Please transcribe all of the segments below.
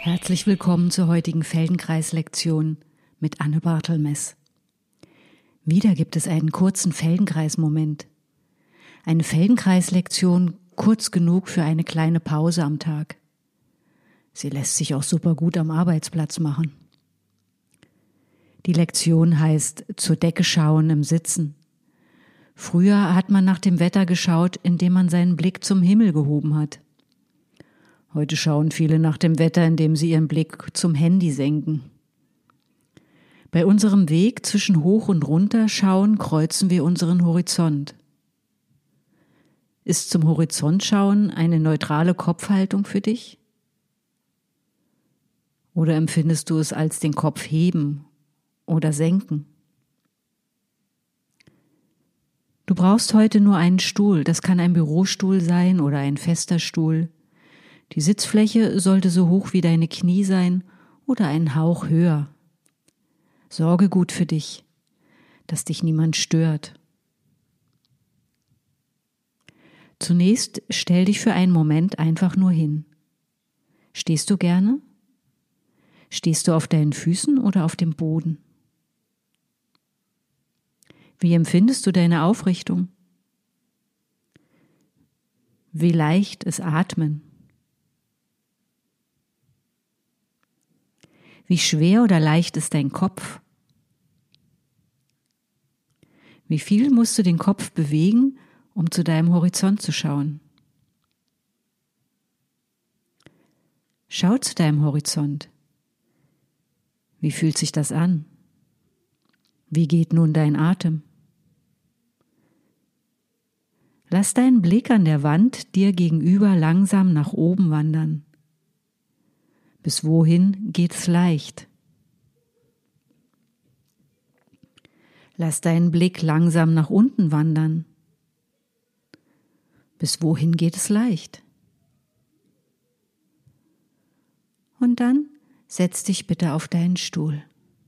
Herzlich willkommen zur heutigen Feldenkreis-Lektion mit Anne Bartelmess. Wieder gibt es einen kurzen Feldenkreis-Moment. Eine Feldenkreis-Lektion kurz genug für eine kleine Pause am Tag. Sie lässt sich auch super gut am Arbeitsplatz machen. Die Lektion heißt zur Decke schauen im Sitzen. Früher hat man nach dem Wetter geschaut, indem man seinen Blick zum Himmel gehoben hat. Heute schauen viele nach dem Wetter, indem sie ihren Blick zum Handy senken. Bei unserem Weg zwischen hoch und runter schauen kreuzen wir unseren Horizont. Ist zum Horizont schauen eine neutrale Kopfhaltung für dich? Oder empfindest du es als den Kopf heben oder senken? Du brauchst heute nur einen Stuhl, das kann ein Bürostuhl sein oder ein fester Stuhl. Die Sitzfläche sollte so hoch wie deine Knie sein oder einen Hauch höher. Sorge gut für dich, dass dich niemand stört. Zunächst stell dich für einen Moment einfach nur hin. Stehst du gerne? Stehst du auf deinen Füßen oder auf dem Boden? Wie empfindest du deine Aufrichtung? Wie leicht ist Atmen? Wie schwer oder leicht ist dein Kopf? Wie viel musst du den Kopf bewegen, um zu deinem Horizont zu schauen? Schau zu deinem Horizont. Wie fühlt sich das an? Wie geht nun dein Atem? Lass deinen Blick an der Wand dir gegenüber langsam nach oben wandern. Bis wohin geht's leicht? Lass deinen Blick langsam nach unten wandern. Bis wohin geht es leicht? Und dann setz dich bitte auf deinen Stuhl.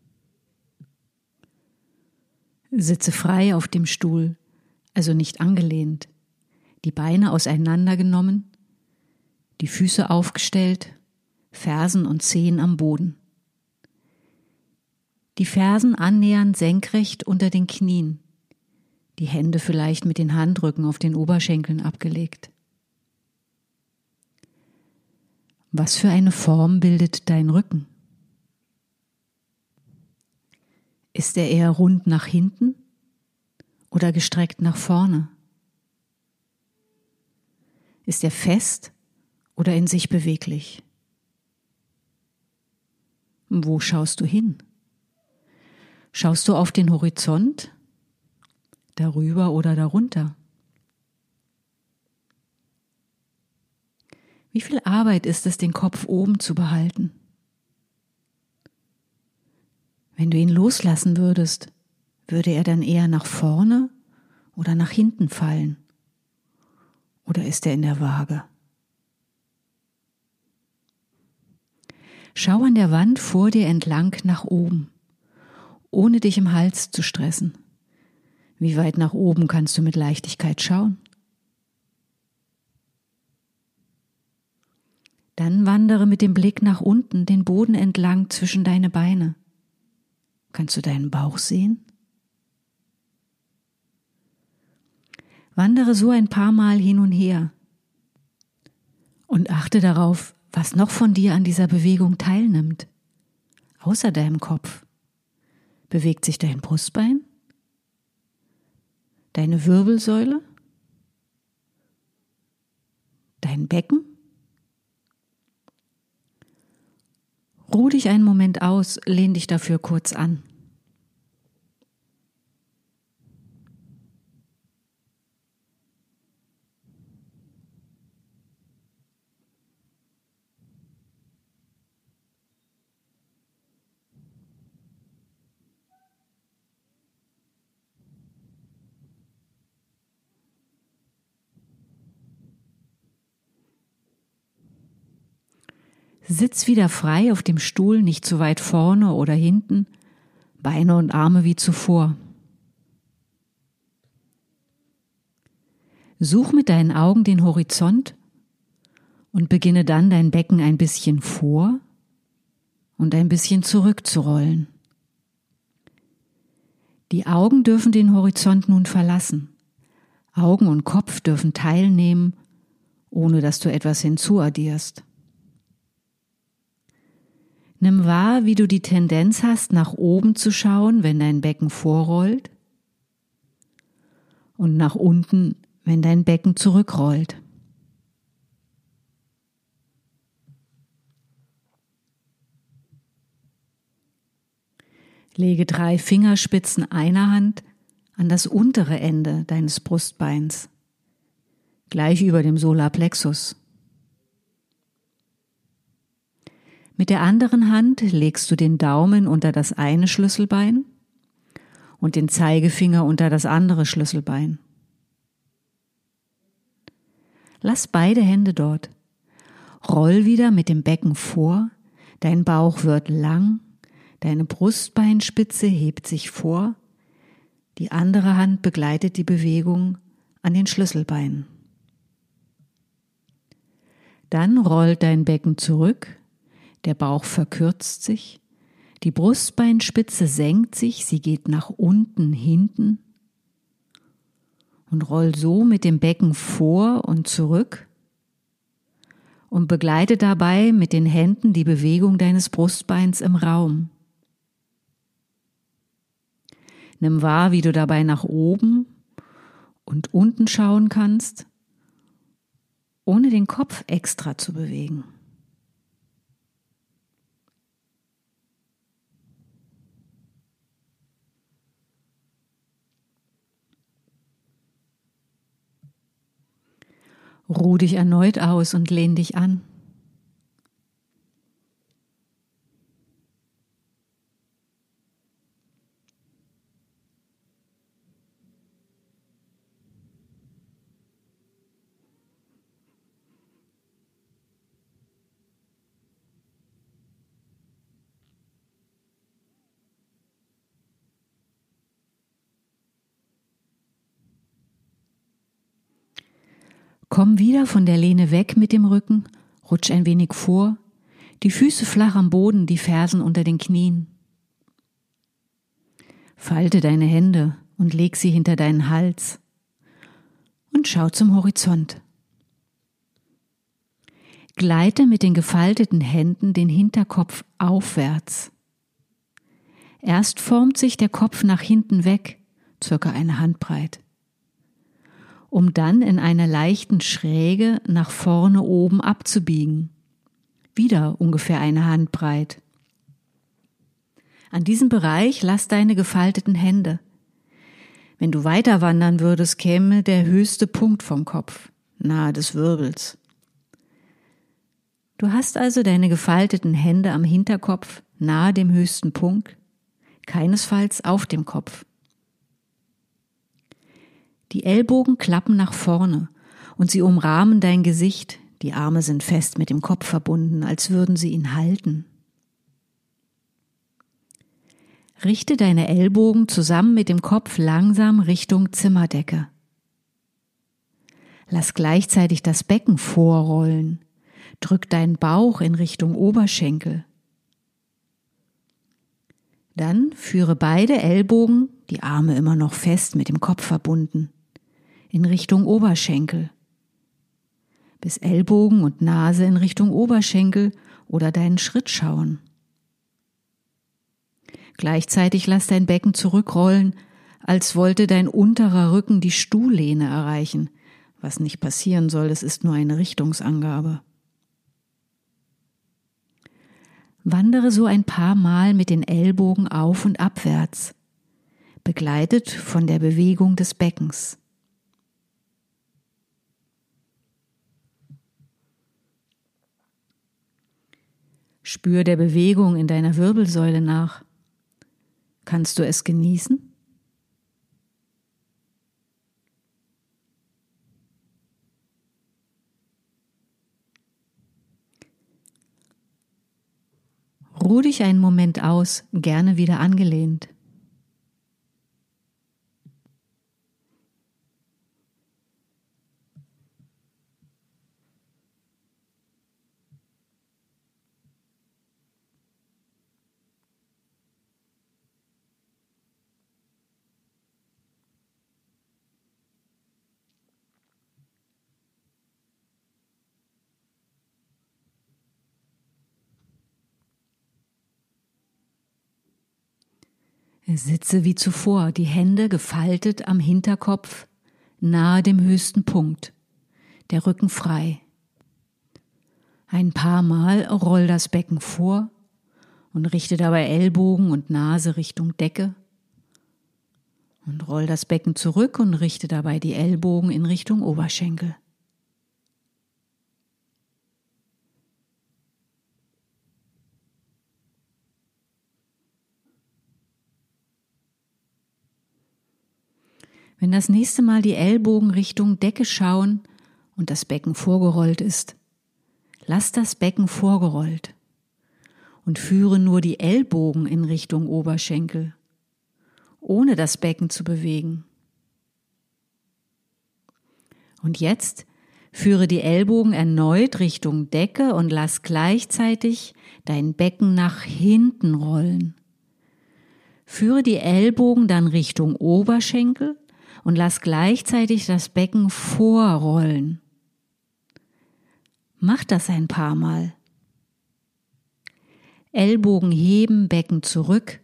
Sitze frei auf dem Stuhl, also nicht angelehnt, die Beine auseinandergenommen, die Füße aufgestellt, Fersen und Zehen am Boden. Die Fersen annähernd senkrecht unter den Knien, die Hände vielleicht mit den Handrücken auf den Oberschenkeln abgelegt. Was für eine Form bildet dein Rücken? Ist er eher rund nach hinten oder gestreckt nach vorne? Ist er fest oder in sich beweglich? Wo schaust du hin? Schaust du auf den Horizont, darüber oder darunter? Wie viel Arbeit ist es, den Kopf oben zu behalten? Wenn du ihn loslassen würdest, würde er dann eher nach vorne oder nach hinten fallen? Oder ist er in der Waage? Schau an der Wand vor dir entlang nach oben, ohne dich im Hals zu stressen. Wie weit nach oben kannst du mit Leichtigkeit schauen? Dann wandere mit dem Blick nach unten, den Boden entlang zwischen deine Beine. Kannst du deinen Bauch sehen? Wandere so ein paar Mal hin und her und achte darauf, was noch von dir an dieser Bewegung teilnimmt, außer deinem Kopf. Bewegt sich dein Brustbein? Deine Wirbelsäule? Dein Becken? Ruh dich einen Moment aus, lehn dich dafür kurz an. Sitz wieder frei auf dem Stuhl, nicht zu weit vorne oder hinten, Beine und Arme wie zuvor. Such mit deinen Augen den Horizont und beginne dann dein Becken ein bisschen vor und ein bisschen zurückzurollen. Die Augen dürfen den Horizont nun verlassen. Augen und Kopf dürfen teilnehmen, ohne dass du etwas hinzuaddierst. Nimm wahr, wie du die Tendenz hast, nach oben zu schauen, wenn dein Becken vorrollt, und nach unten, wenn dein Becken zurückrollt. Lege 3 Fingerspitzen einer Hand an das untere Ende deines Brustbeins, gleich über dem Solarplexus. Mit der anderen Hand legst du den Daumen unter das eine Schlüsselbein und den Zeigefinger unter das andere Schlüsselbein. Lass beide Hände dort. Roll wieder mit dem Becken vor, dein Bauch wird lang, deine Brustbeinspitze hebt sich vor, die andere Hand begleitet die Bewegung an den Schlüsselbeinen. Dann rollt dein Becken zurück, der Bauch verkürzt sich, die Brustbeinspitze senkt sich, sie geht nach unten, hinten und roll so mit dem Becken vor und zurück und begleite dabei mit den Händen die Bewegung deines Brustbeins im Raum. Nimm wahr, wie du dabei nach oben und unten schauen kannst, ohne den Kopf extra zu bewegen. Ruh dich erneut aus und lehn dich an. Komm wieder von der Lehne weg mit dem Rücken, rutsch ein wenig vor, die Füße flach am Boden, die Fersen unter den Knien. Falte deine Hände und leg sie hinter deinen Hals und schau zum Horizont. Gleite mit den gefalteten Händen den Hinterkopf aufwärts. Erst formt sich der Kopf nach hinten weg, circa eine Handbreit, um dann in einer leichten Schräge nach vorne oben abzubiegen. Wieder ungefähr eine Handbreit. An diesem Bereich lass deine gefalteten Hände. Wenn du weiter wandern würdest, käme der höchste Punkt vom Kopf, nahe des Wirbels. Du hast also deine gefalteten Hände am Hinterkopf, nahe dem höchsten Punkt, keinesfalls auf dem Kopf. Die Ellbogen klappen nach vorne und sie umrahmen dein Gesicht, die Arme sind fest mit dem Kopf verbunden, als würden sie ihn halten. Richte deine Ellbogen zusammen mit dem Kopf langsam Richtung Zimmerdecke. Lass gleichzeitig das Becken vorrollen. Drück deinen Bauch in Richtung Oberschenkel. Dann führe beide Ellbogen, die Arme immer noch fest mit dem Kopf verbunden, in Richtung Oberschenkel, bis Ellbogen und Nase in Richtung Oberschenkel oder deinen Schritt schauen. Gleichzeitig lass dein Becken zurückrollen, als wollte dein unterer Rücken die Stuhllehne erreichen, was nicht passieren soll, es ist nur eine Richtungsangabe. Wandere so ein paar Mal mit den Ellbogen auf und abwärts, begleitet von der Bewegung des Beckens. Spür der Bewegung in deiner Wirbelsäule nach. Kannst du es genießen? Ruh dich einen Moment aus, gerne wieder angelehnt. Sitze wie zuvor, die Hände gefaltet am Hinterkopf, nahe dem höchsten Punkt, der Rücken frei. Ein paar Mal roll das Becken vor und richte dabei Ellbogen und Nase Richtung Decke und roll das Becken zurück und richte dabei die Ellbogen in Richtung Oberschenkel. Wenn das nächste Mal die Ellbogen Richtung Decke schauen und das Becken vorgerollt ist, lass das Becken vorgerollt und führe nur die Ellbogen in Richtung Oberschenkel, ohne das Becken zu bewegen. Und jetzt führe die Ellbogen erneut Richtung Decke und lass gleichzeitig dein Becken nach hinten rollen. Führe die Ellbogen dann Richtung Oberschenkel und lass gleichzeitig das Becken vorrollen. Mach das ein paar Mal. Ellbogen heben, Becken zurück.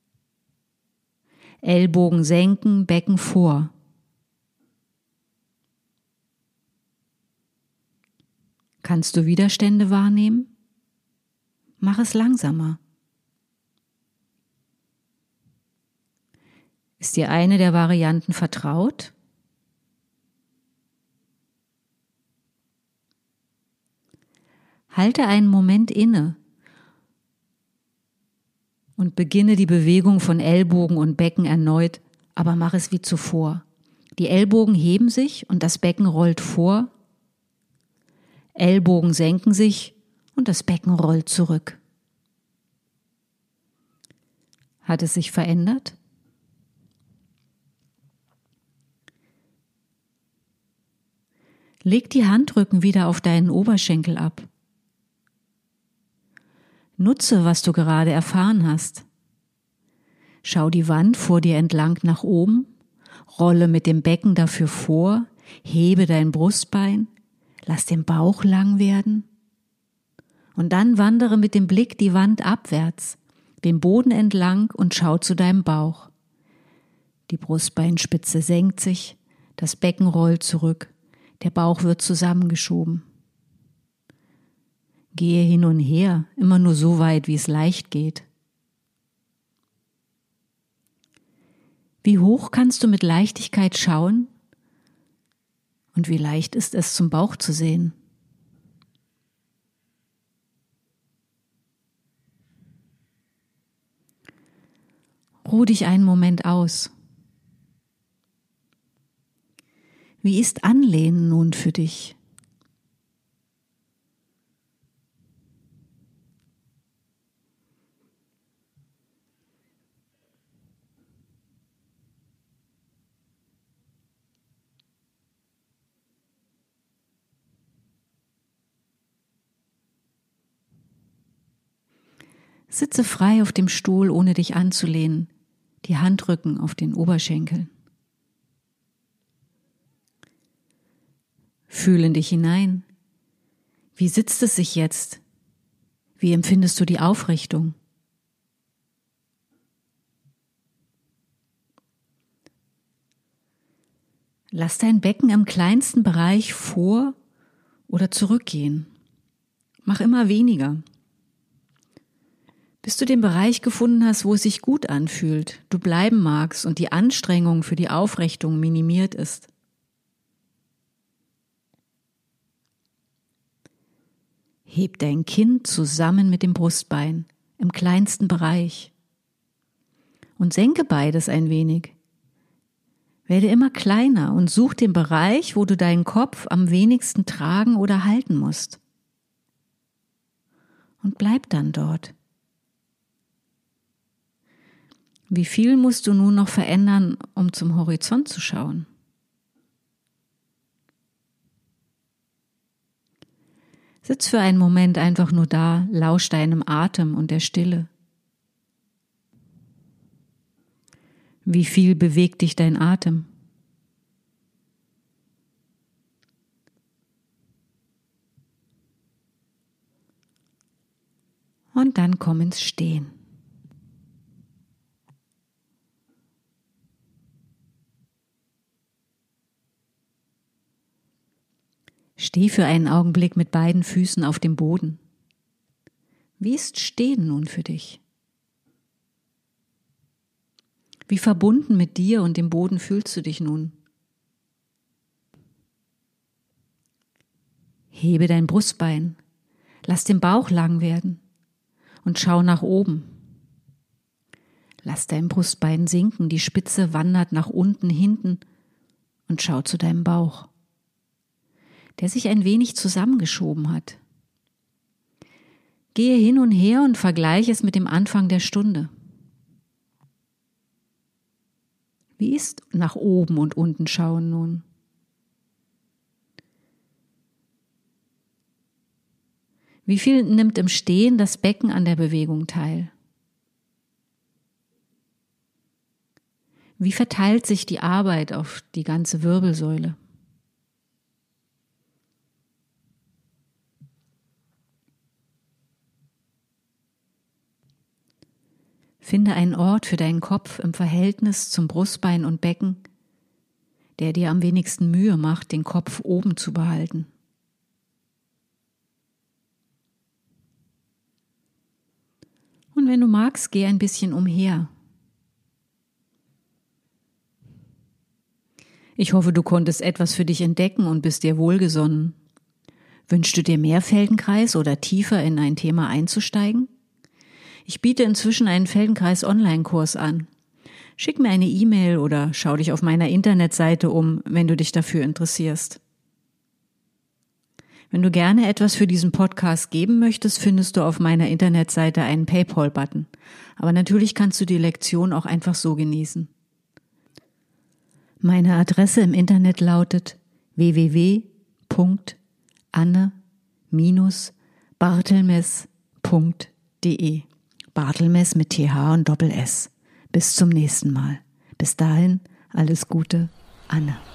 Ellbogen senken, Becken vor. Kannst du Widerstände wahrnehmen? Mach es langsamer. Ist dir eine der Varianten vertraut? Halte einen Moment inne und beginne die Bewegung von Ellbogen und Becken erneut, aber mach es wie zuvor. Die Ellbogen heben sich und das Becken rollt vor. Ellbogen senken sich und das Becken rollt zurück. Hat es sich verändert? Leg die Handrücken wieder auf deinen Oberschenkel ab. Nutze, was du gerade erfahren hast. Schau die Wand vor dir entlang nach oben, rolle mit dem Becken dafür vor, hebe dein Brustbein, lass den Bauch lang werden und dann wandere mit dem Blick die Wand abwärts, den Boden entlang und schau zu deinem Bauch. Die Brustbeinspitze senkt sich, das Becken rollt zurück. Der Bauch wird zusammengeschoben. Gehe hin und her, immer nur so weit, wie es leicht geht. Wie hoch kannst du mit Leichtigkeit schauen? Und wie leicht ist es, zum Bauch zu sehen? Ruh dich einen Moment aus. Wie ist Anlehnen nun für dich? Sitze frei auf dem Stuhl, ohne dich anzulehnen, die Handrücken auf den Oberschenkeln. Fühle in dich hinein. Wie sitzt es sich jetzt? Wie empfindest du die Aufrichtung? Lass dein Becken im kleinsten Bereich vor oder zurückgehen. Mach immer weniger. Bis du den Bereich gefunden hast, wo es sich gut anfühlt, du bleiben magst und die Anstrengung für die Aufrichtung minimiert ist. Heb dein Kinn zusammen mit dem Brustbein im kleinsten Bereich und senke beides ein wenig. Werde immer kleiner und such den Bereich, wo du deinen Kopf am wenigsten tragen oder halten musst. Und bleib dann dort. Wie viel musst du nun noch verändern, um zum Horizont zu schauen? Sitz für einen Moment einfach nur da, lausch deinem Atem und der Stille. Wie viel bewegt dich dein Atem? Und dann komm ins Stehen. Steh für einen Augenblick mit beiden Füßen auf dem Boden. Wie ist Stehen nun für dich? Wie verbunden mit dir und dem Boden fühlst du dich nun? Hebe dein Brustbein, lass den Bauch lang werden und schau nach oben. Lass dein Brustbein sinken, die Spitze wandert nach unten, hinten und schau zu deinem Bauch, der sich ein wenig zusammengeschoben hat. Gehe hin und her und vergleiche es mit dem Anfang der Stunde. Wie ist nach oben und unten schauen nun? Wie viel nimmt im Stehen das Becken an der Bewegung teil? Wie verteilt sich die Arbeit auf die ganze Wirbelsäule? Finde einen Ort für deinen Kopf im Verhältnis zum Brustbein und Becken, der dir am wenigsten Mühe macht, den Kopf oben zu behalten. Und wenn du magst, geh ein bisschen umher. Ich hoffe, du konntest etwas für dich entdecken und bist dir wohlgesonnen. Wünschst du dir mehr Feldenkreis oder tiefer in ein Thema einzusteigen? Ich biete inzwischen einen Feldenkreis-Online-Kurs an. Schick mir eine E-Mail oder schau dich auf meiner Internetseite um, wenn du dich dafür interessierst. Wenn du gerne etwas für diesen Podcast geben möchtest, findest du auf meiner Internetseite einen PayPal-Button. Aber natürlich kannst du die Lektion auch einfach so genießen. Meine Adresse im Internet lautet www.anne-bartelmes.de. Bartelmes mit TH und Doppel-S. Bis zum nächsten Mal. Bis dahin, alles Gute, Anne.